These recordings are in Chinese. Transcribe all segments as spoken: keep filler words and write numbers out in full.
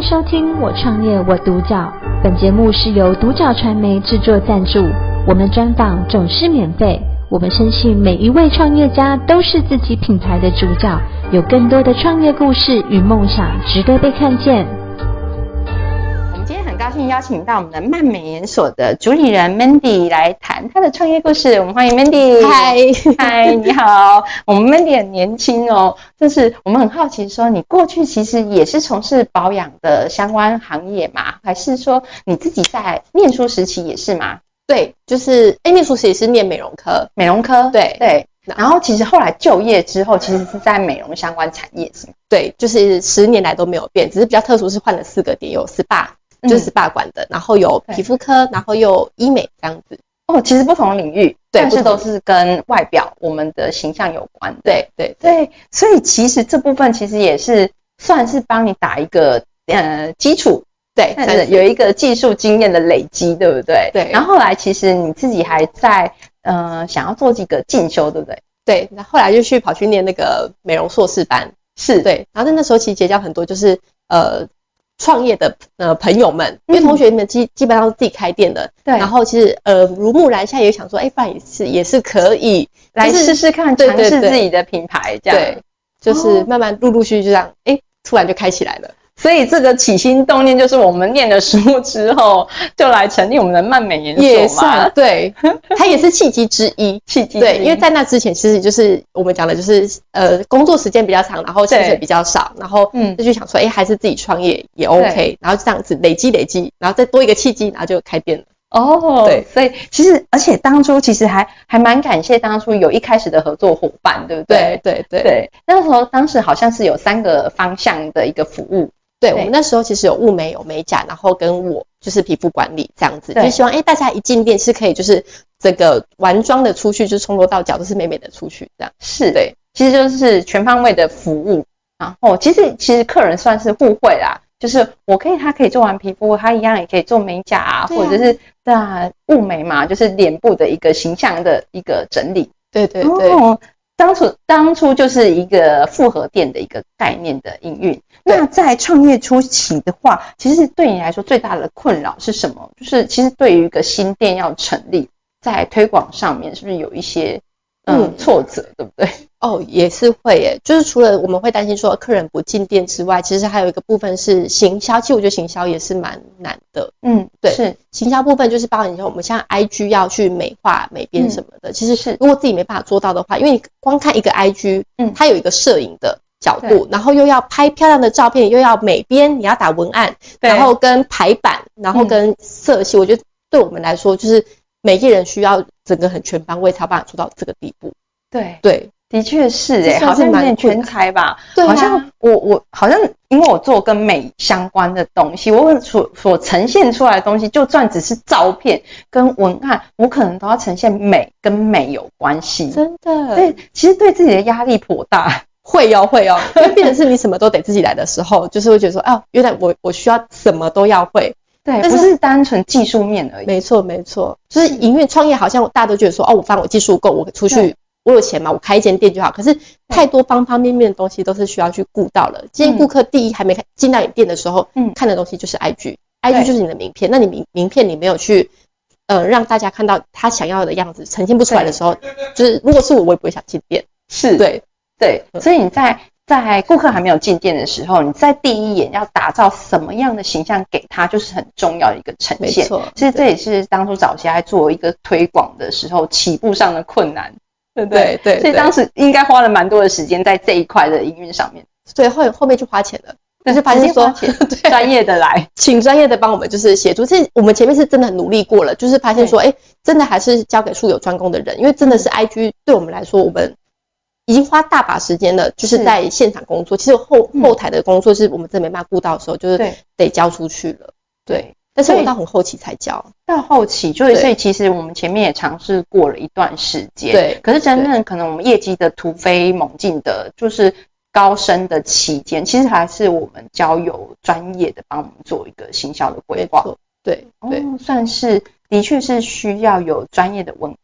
收听我创业我独角，本节目是由独角传媒制作赞助，我们专访总是免费，我们深信每一位创业家都是自己品牌的主角，有更多的创业故事与梦想值得被看见。 我们今天很高兴邀请到我们的曼美研所的主理人 Mandy 来谈她的创业故事，我们欢迎 Mandy。 嗨嗨，你好。我们 Mandy 很年轻哦，就是我们很好奇说你过去其实也是从事保养的相关行业吗？还是说你自己在念书时期也是吗？ 对，就是哎，念书时也是念美容科。 美容科， 对对。然后其实后来就业之后其实是在美容相关产业是吗？ 对，就是十年来都没有变，只是比较特殊是换了四个点，有 S P A、嗯、就是 S P A 馆的，然后有皮肤科，然后又有医美这样子。 哦，其实不同领域， 对， 但是都是跟外表我们的形象有关。 对对对, 对，所以其实这部分其实也是算是帮你打一个呃基础。 对， 但是有一个技术经验的累积，对不对？ 对。 然后后来其实你自己还在呃想要做几个进修，对不对？ 对，那后来就去跑去念那个美容硕士班。 是， 对。然后在那时候其实结交很多就是呃创业的呃朋友们，因为同学们基基本上是自己开店的。对。然后其实呃如木然下也想说，哎，不然也是也是可以来试试看，尝试自己的品牌这样。 对，就是慢慢陆陆续续这样，哎，突然就开起来了。 所以这个起心动念就是我们念了书之后就来成立我们的曼美研所嘛。 也算，对，它也是契机之一。 契机之一。 对，因为在那之前其实就是我们讲的就是呃工作时间比较长，然后薪水比较少，然后就去想说，哎，还是自己创业也 OK， 然后这样子累积累积，然后再多一个契机，然后就开店了。 哦，对，所以其实而且当初其实还还蛮感谢当初有一开始的合作伙伴，对不对？ 对对 对, 对，那时候当时好像是有三个方向的一个服务。 对，我们那时候其实有物美有美甲，然后跟我就是皮肤管理这样子，就希望哎大家一进店是可以就是这个完妆的出去，就是从头到脚都是美美的出去这样。 是，对，其实就是全方位的服务。然后其实其实客人算是互惠啦，就是我可以他可以做完皮肤，他一样也可以做美甲啊，或者是对啊物美嘛，就是脸部的一个形象的一个整理。 对对对。 哦，当初当初就是一个复合店的一个概念的营运。那在创业初期的话，其实对你来说最大的困扰是什么？就是其实对于一个新店要成立，在推广上面是不是有一些嗯挫折，对不对？ 哦，也是会耶，就是除了我们会担心说客人不进店之外，其实还有一个部分是行销，其实我觉得行销也是蛮难的。 嗯， 对， 是行销部分就是包含我们像 I G 要去美化美编什么的，嗯、其实是如果自己没办法做到的话，因为你光看一个 I G， 嗯，它有一个摄影的角度，然后又要拍漂亮的照片，又要美编，你要打文案，然后跟排版，然后跟色系，嗯、我觉得对我们来说，就是每一人需要整个很全方位，才有办法做到这个地步。 对对。 的确是诶、欸，好像有点全才吧。 对、啊， 好像我我好像因为我做跟美相关的东西，我所所呈现出来的东西，就算只是照片跟文案，我可能都要呈现美跟美有关系。 真的， 对，其实对自己的压力颇大。 会哦会哦，因为变成是你什么都得自己来的时候，就是会觉得说，哦，原来我我需要什么都要会。 对，不是单纯技术面而已。 没错没错，就是营运创业好像大家都觉得说，哦，我反正我技术够，我出去。我有钱嘛，我开一间店就好。可是太多方方面面的东西都是需要去顾到了。今天顾客第一还没进到你店的时候，嗯，看的东西就是 I G，I G 就是你的名片。那你名名片你没有去，呃，让大家看到他想要的样子，呈现不出来的时候，就是如果是我，我也不会想进店。 是， 对对。所以你在在顾客还没有进店的时候，你在第一眼要打造什么样的形象给他，就是很重要的一个呈现。没错，其实这也是当初早期在做一个推广的时候起步上的困难。对不对？对，所以当时应该花了蛮多的时间在这一块的营运上面。 对，后后面就花钱了，就是发现说专业的来， 请专业的帮我们就是协助。其实我们前面是真的很努力过了，就是发现说，哎，真的还是交给术有专攻的人，因为真的是 I G 对我们来说，我们已经花大把时间了，就是在现场工作。其实后后台的工作是我们真的没办法顾到的时候，就是得交出去了。对。但是我到很后期才交， 到后期就是，所以其实我们前面也尝试过了一段时间，对。可是真正可能我们业绩的突飞猛进的，就是高升的期间，其实还是我们交由专业的帮我们做一个行销的规划。 对对， 哦，算是的确是需要有专业的文案，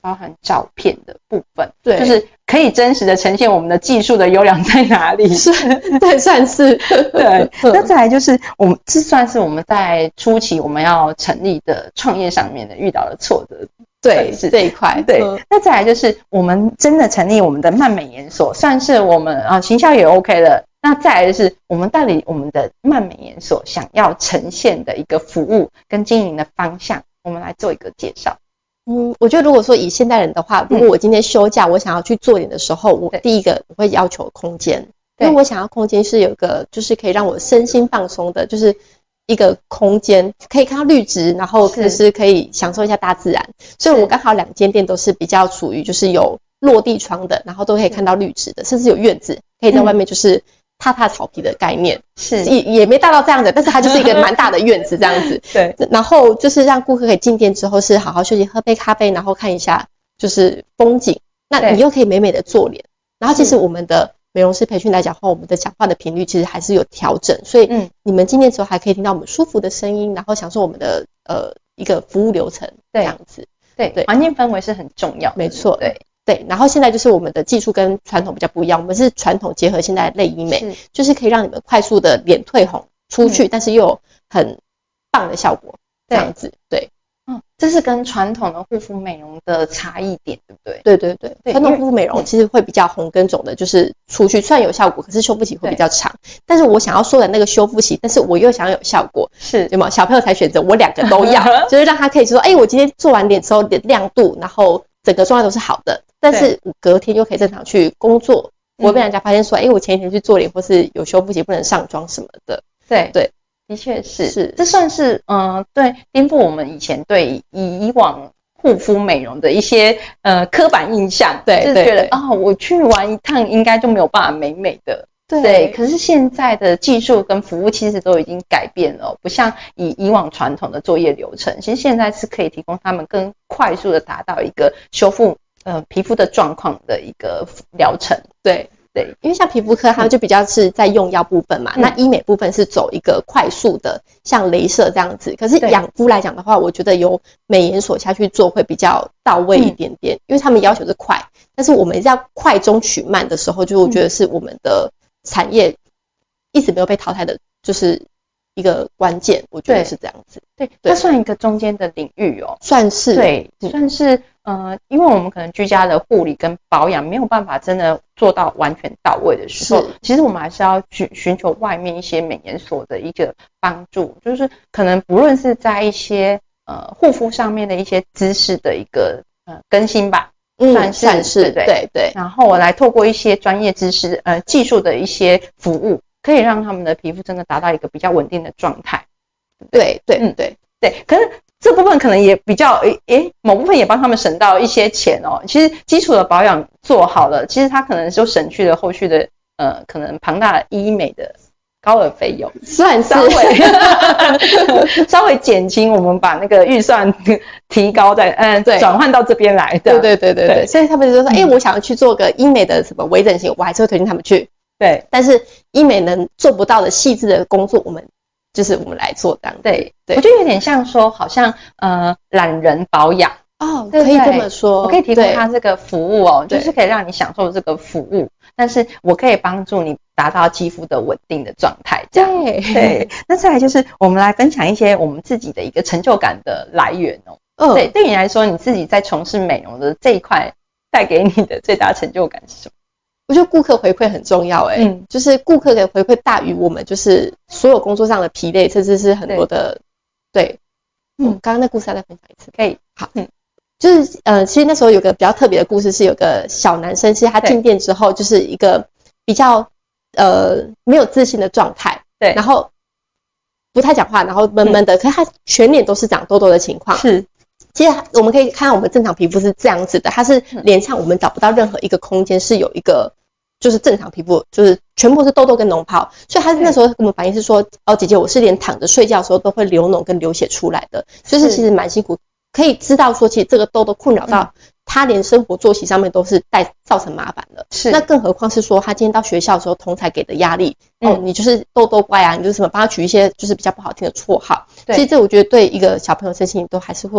包含照片的部分， 对， 就是可以真实的呈现我们的技术的优良在哪里。 是，对，算是对。那再来就是我们这算是我们在初期我们要成立的创业上面的遇到的挫折。 对，这一块。 对、嗯，那再来就是我们真的成立我们的曼美研所，算是我们啊行销也 OK 了。那再来就是我们到底我们的曼美研所想要呈现的一个服务跟经营的方向，我们来做一个介绍。 嗯，我觉得如果说以现代人的话，如果我今天休假，我想要去做点的时候，我第一个我会要求空间，因为我想要空间是有一个就是可以让我身心放松的，就是一个空间，可以看到绿植，然后就是可以享受一下大自然。所以我刚好两间店都是比较属于就是有落地窗的，然后都可以看到绿植的，甚至有院子，可以在外面就是踏踏草皮的概念，是也也没大到这样的，但是它就是一个蛮大的院子这样子。对，然后就是让顾客可以进店之后是好好休息，喝杯咖啡，然后看一下就是风景。那你又可以美美的做脸，然后其实我们的美容师培训来讲话，我们的讲话的频率其实还是有调整，所以你们进店之后还可以听到我们舒服的声音，然后享受我们的呃一个服务流程这样子。 对对，环境氛围是很重要的。 没错，对。对，然后现在就是我们的技术跟传统比较不一样，我们是传统结合现在的类医美，就是可以让你们快速的脸褪红出去，嗯、但是又有很棒的效果，这样子。对， 嗯，这是跟传统的护肤美容的差异点，对不对？ 对对对，对传统护肤美容其实会比较红跟肿的，就是出去虽然有效果，可是修复期会比较长。但是我想要缩短那个修复期，但是我又想要有效果，是有没有？小朋友才选择我两个都要，就是让他可以说，哎、欸，我今天做完脸之后脸亮度，然后整个状态都是好的。但是我隔天又可以正常去工作，不会被人家发现说，哎、欸，我前一天去做脸或是有修复期不能上妆什么的。 对对，的确是，是这算是呃对颠覆我们以前对以往护肤美容的一些呃刻板印象，对，就是觉得啊、哦，我去玩一趟应该就没有办法美美的。对, 对，可是现在的技术跟服务其实都已经改变了，不像以以往传统的作业流程，其实现在是可以提供他们更快速的达到一个修复呃皮肤的状况的一个疗程。 对对，因为像皮肤科它就比较是在用药部分嘛，嗯、那医美部分是走一个快速的，像雷射这样子。可是养肤来讲的话，我觉得由美研所下去做会比较到位一点点，嗯、因为他们要求是快，但是我们要快中取慢的时候，就我觉得是我们的产业一直没有被淘汰的，就是一个关键，我觉得是这样子。 对，对它算一个中间的领域哦， 算是对，算是呃，因为我们可能居家的护理跟保养没有办法真的做到完全到位的时候，其实我们还是要去寻求外面一些美研所的一个帮助，就是可能不论是在一些呃护肤上面的一些知识的一个呃更新吧。 嗯，算是，算是对 对, 对对。 然后我来透过一些专业知识、呃技术的一些服务，可以让他们的皮肤真的达到一个比较稳定的状态。 对对嗯对对。可是这部分可能也比较诶诶，某部分也帮他们省到一些钱哦。其实基础的保养做好了，其实他可能就省去了后续的呃可能庞大的医美的高额费用， 算稍微稍微减轻我们把那个预算提高在嗯转换到这边来的。 对对对对对，所以他们就说，哎、欸，我想要去做个医美的什么微整形，我还是会推荐他们去。对，但是医美能做不到的细致的工作，我们就是我们来做这样。 对对，我觉得有点像说，好像呃懒人保养。 哦，可以这么说， 我可以提供他这个服务哦，就是可以让你享受这个服务，但是我可以帮助你达到肌肤的稳定的状态。这样对对。那再来就是我们来分享一些我们自己的一个成就感的来源哦。嗯，对，对你来说，你自己在从事美容的这一块带给你的最大成就感是什么？ 我觉得顾客回馈很重要、欸，哎、嗯，就是顾客的回馈大于我们就是所有工作上的疲累，甚至是很多的对。对嗯，刚刚那故事要再分享一次， 可以。 好，嗯。就是呃，其实那时候有个比较特别的故事，是有个小男生，其实他进店之后就是一个比较呃没有自信的状态，对，然后不太讲话，然后闷闷的，嗯、可是他全脸都是长痘痘的情况。是，其实我们可以看到我们正常皮肤是这样子的，他是脸上我们找不到任何一个空间是有一个就是正常皮肤，就是全部是痘痘跟脓泡，所以他那时候跟我们反映是说，哦，姐姐，我是连躺着睡觉的时候都会流脓跟流血出来的，就是其实蛮辛苦。可以知道说，其实这个痘痘困扰到他，连生活作息上面都是带造成麻烦的。是，那更何况是说，他今天到学校的时候，同侪给的压力，嗯、哦，你就是痘痘怪啊，你就是什么，帮他取一些就是比较不好听的绰号。其实这我觉得对一个小朋友身心都还是会有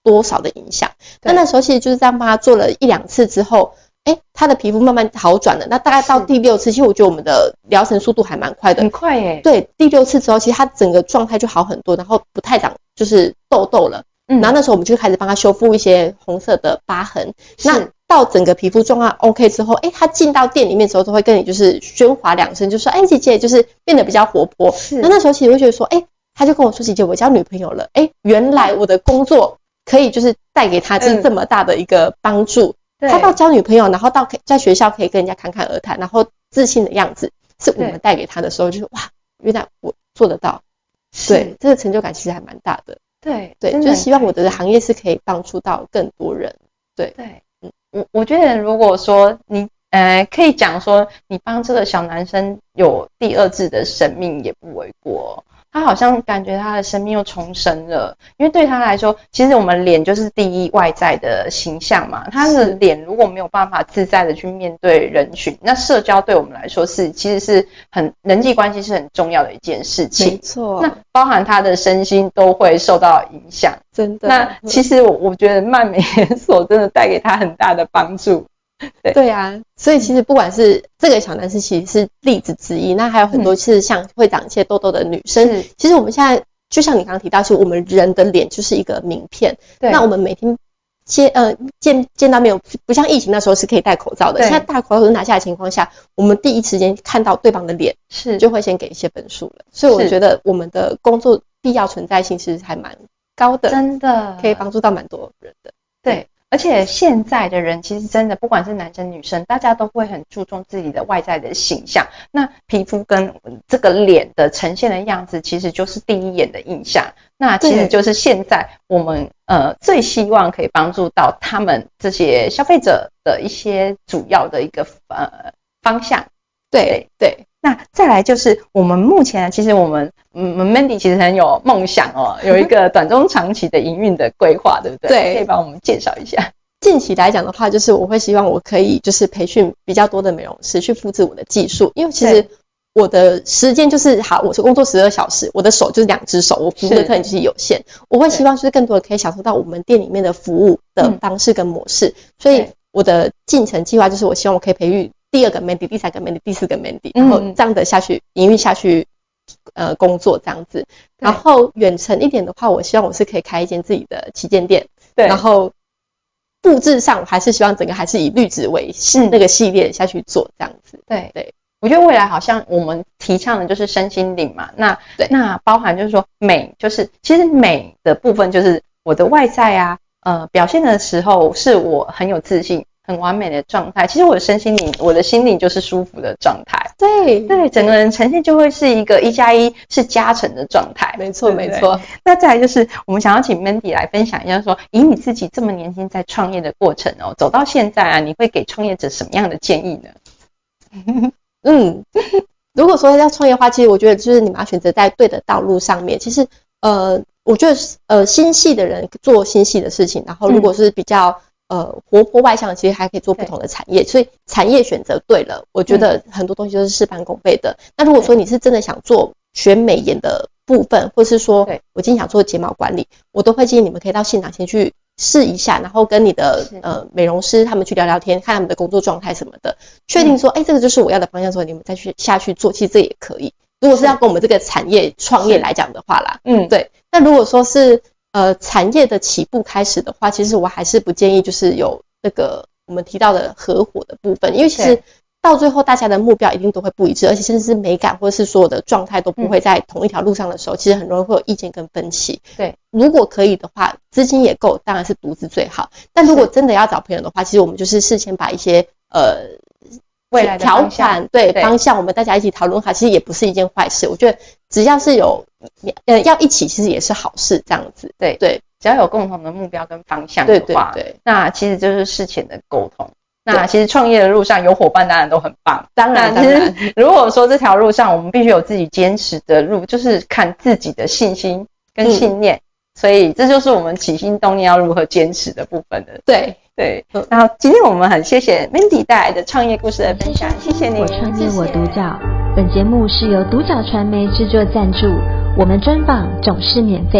多少的影响。那那时候其实就是这样帮他做了一两次之后，哎，他的皮肤慢慢好转了。那大概到第六次，其实我觉得我们的疗程速度还蛮快的， 很快耶。 对，第六次之后，其实他整个状态就好很多，然后不太长就是痘痘了。嗯，然后那时候我们就开始帮他修复一些红色的疤痕。那到整个皮肤状况 OK 之后，哎，他进到店里面的时候都会跟你就是喧哗两声，就说，哎，姐姐就是变得比较活泼。是，那那时候其实会觉得说，哎，他就跟我说，姐姐，我交女朋友了。哎，原来我的工作可以就是带给他就是这么大的一个帮助。嗯，他到交女朋友，然后到在学校可以跟人家侃侃而谈，然后自信的样子，是我们带给他的时候，就是哇，原来我做得到。对，这个成就感其实还蛮大的。 对对，就是希望我的行业是可以帮助到更多人。对对，嗯，我我觉得如果说你呃可以讲说你帮这个小男生有第二次的生命也不为过。他好像感觉他的生命又重生了，因为对他来说，其实我们脸就是第一外在的形象嘛。他的脸如果没有办法自在的去面对人群，那社交对我们来说是其实是很人际关系是很重要的一件事情。 没错， 那包含他的身心都会受到影响。 真的。 那其实我我觉得曼美连锁真的带给他很大的帮助。 对对啊，所以其实不管是这个小男生其实是例子之一，那还有很多是像会长一些痘痘的女生。嗯，其实我们现在就像你刚刚提到，是我们人的脸就是一个名片。对，那我们每天见呃见见到面，不像疫情那时候是可以戴口罩的，现在戴口罩拿下的情况下，我们第一时间看到对方的脸，是就会先给一些分数了。所以我觉得我们的工作必要存在性其实还蛮高的， 真的可以帮助到蛮多人的。 对。而且现在的人其实真的不管是男生女生，大家都会很注重自己的外在的形象。那皮肤跟这个脸的呈现的样子，其实就是第一眼的印象。那其实就是现在我们呃最希望可以帮助到他们这些消费者的一些主要的一个呃方向。 对对。 那再来就是我们目前其实我们嗯 Mandy 其实很有梦想哦，有一个短中长期的营运的规划，对不对？对，可以帮我们介绍一下。 近期来讲的话，就是我会希望我可以就是培训比较多的美容师去复制我的技术，因为其实我的时间就是好，我是工作十二小时，我的手就是两只手，我服务的客人就是有限，我会希望就是更多人可以享受到我们店里面的服务的方式跟模式，嗯，所以我的进程计划就是我希望我可以培育第二个 Mandy， 第三个 Mandy， 第四个 Mandy， 然后这样的下去营运下去，呃，工作这样子。然后远程一点的话，我希望我是可以开一间自己的旗舰店，对。然后布置上，我还是希望整个还是以绿植为是那个系列下去做这样子。 对对，我觉得未来好像我们提倡的就是身心灵嘛，那对，那包含就是说美，就是其实美的部分就是我的外在啊，呃，表现的时候是我很有自信。很完美的状态，其实我的身心灵，我的心灵就是舒服的状态。 对对，整个人呈现就会是一个一加一是加成的状态。 没错没错。 那再来就是我们想要请 Mandy 来分享一下说，以你自己这么年轻在创业的过程哦，走到现在啊，你会给创业者什么样的建议呢？ 嗯，如果说要创业的话，其实我觉得就是你们要选择在对的道路上面。其实呃，我觉得呃心细的人做心细的事情，然后如果是比较。嗯呃，活泼外向其实还可以做不同的产业，所以产业选择对了，我觉得很多东西都是事半功倍的。那如果说你是真的想做选美颜的部分，或是说我今天想做睫毛管理，我都会建议你们可以到现场先去试一下，然后跟你的呃美容师他们去聊聊天，看他们的工作状态什么的，确定说，哎、欸，这个就是我要的方向之后，你们再去下去做，其实这也可以。如果是要跟我们这个产业创业来讲的话啦，嗯，对。那如果说是呃，产业的起步开始的话，其实我还是不建议就是有那个我们提到的合伙的部分，因为其实到最后大家的目标一定都会不一致，而且甚至是美感或者是所有的状态都不会在同一条路上的时候，嗯，其实很容易会有意见跟分歧。对，如果可以的话，资金也够，当然是独资最好。但如果真的要找朋友的话，其实我们就是事先把一些呃未来的条款对方向，我们大家一起讨论好，其实也不是一件坏事。我觉得只要是有呃要一起，其实也是好事，这样子。对对， 只要有共同的目标跟方向的话，对对对，那其实就是事前的沟通。那其实创业的路上有伙伴当然都很棒， 当然当然。 如果说这条路上我们必须有自己坚持的路，就是看自己的信心跟信念。嗯，所以这就是我们起心动念要如何坚持的部分的。 对对，然后今天我们很谢谢 Mandy 带来的创业故事的分享，谢谢你。 我创业我独角，本节目是由独角传媒制作赞助，我们专访总是免费。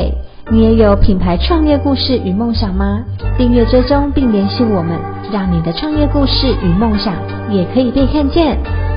你也有品牌创业故事与梦想吗？订阅追踪并联系我们，让你的创业故事与梦想也可以被看见。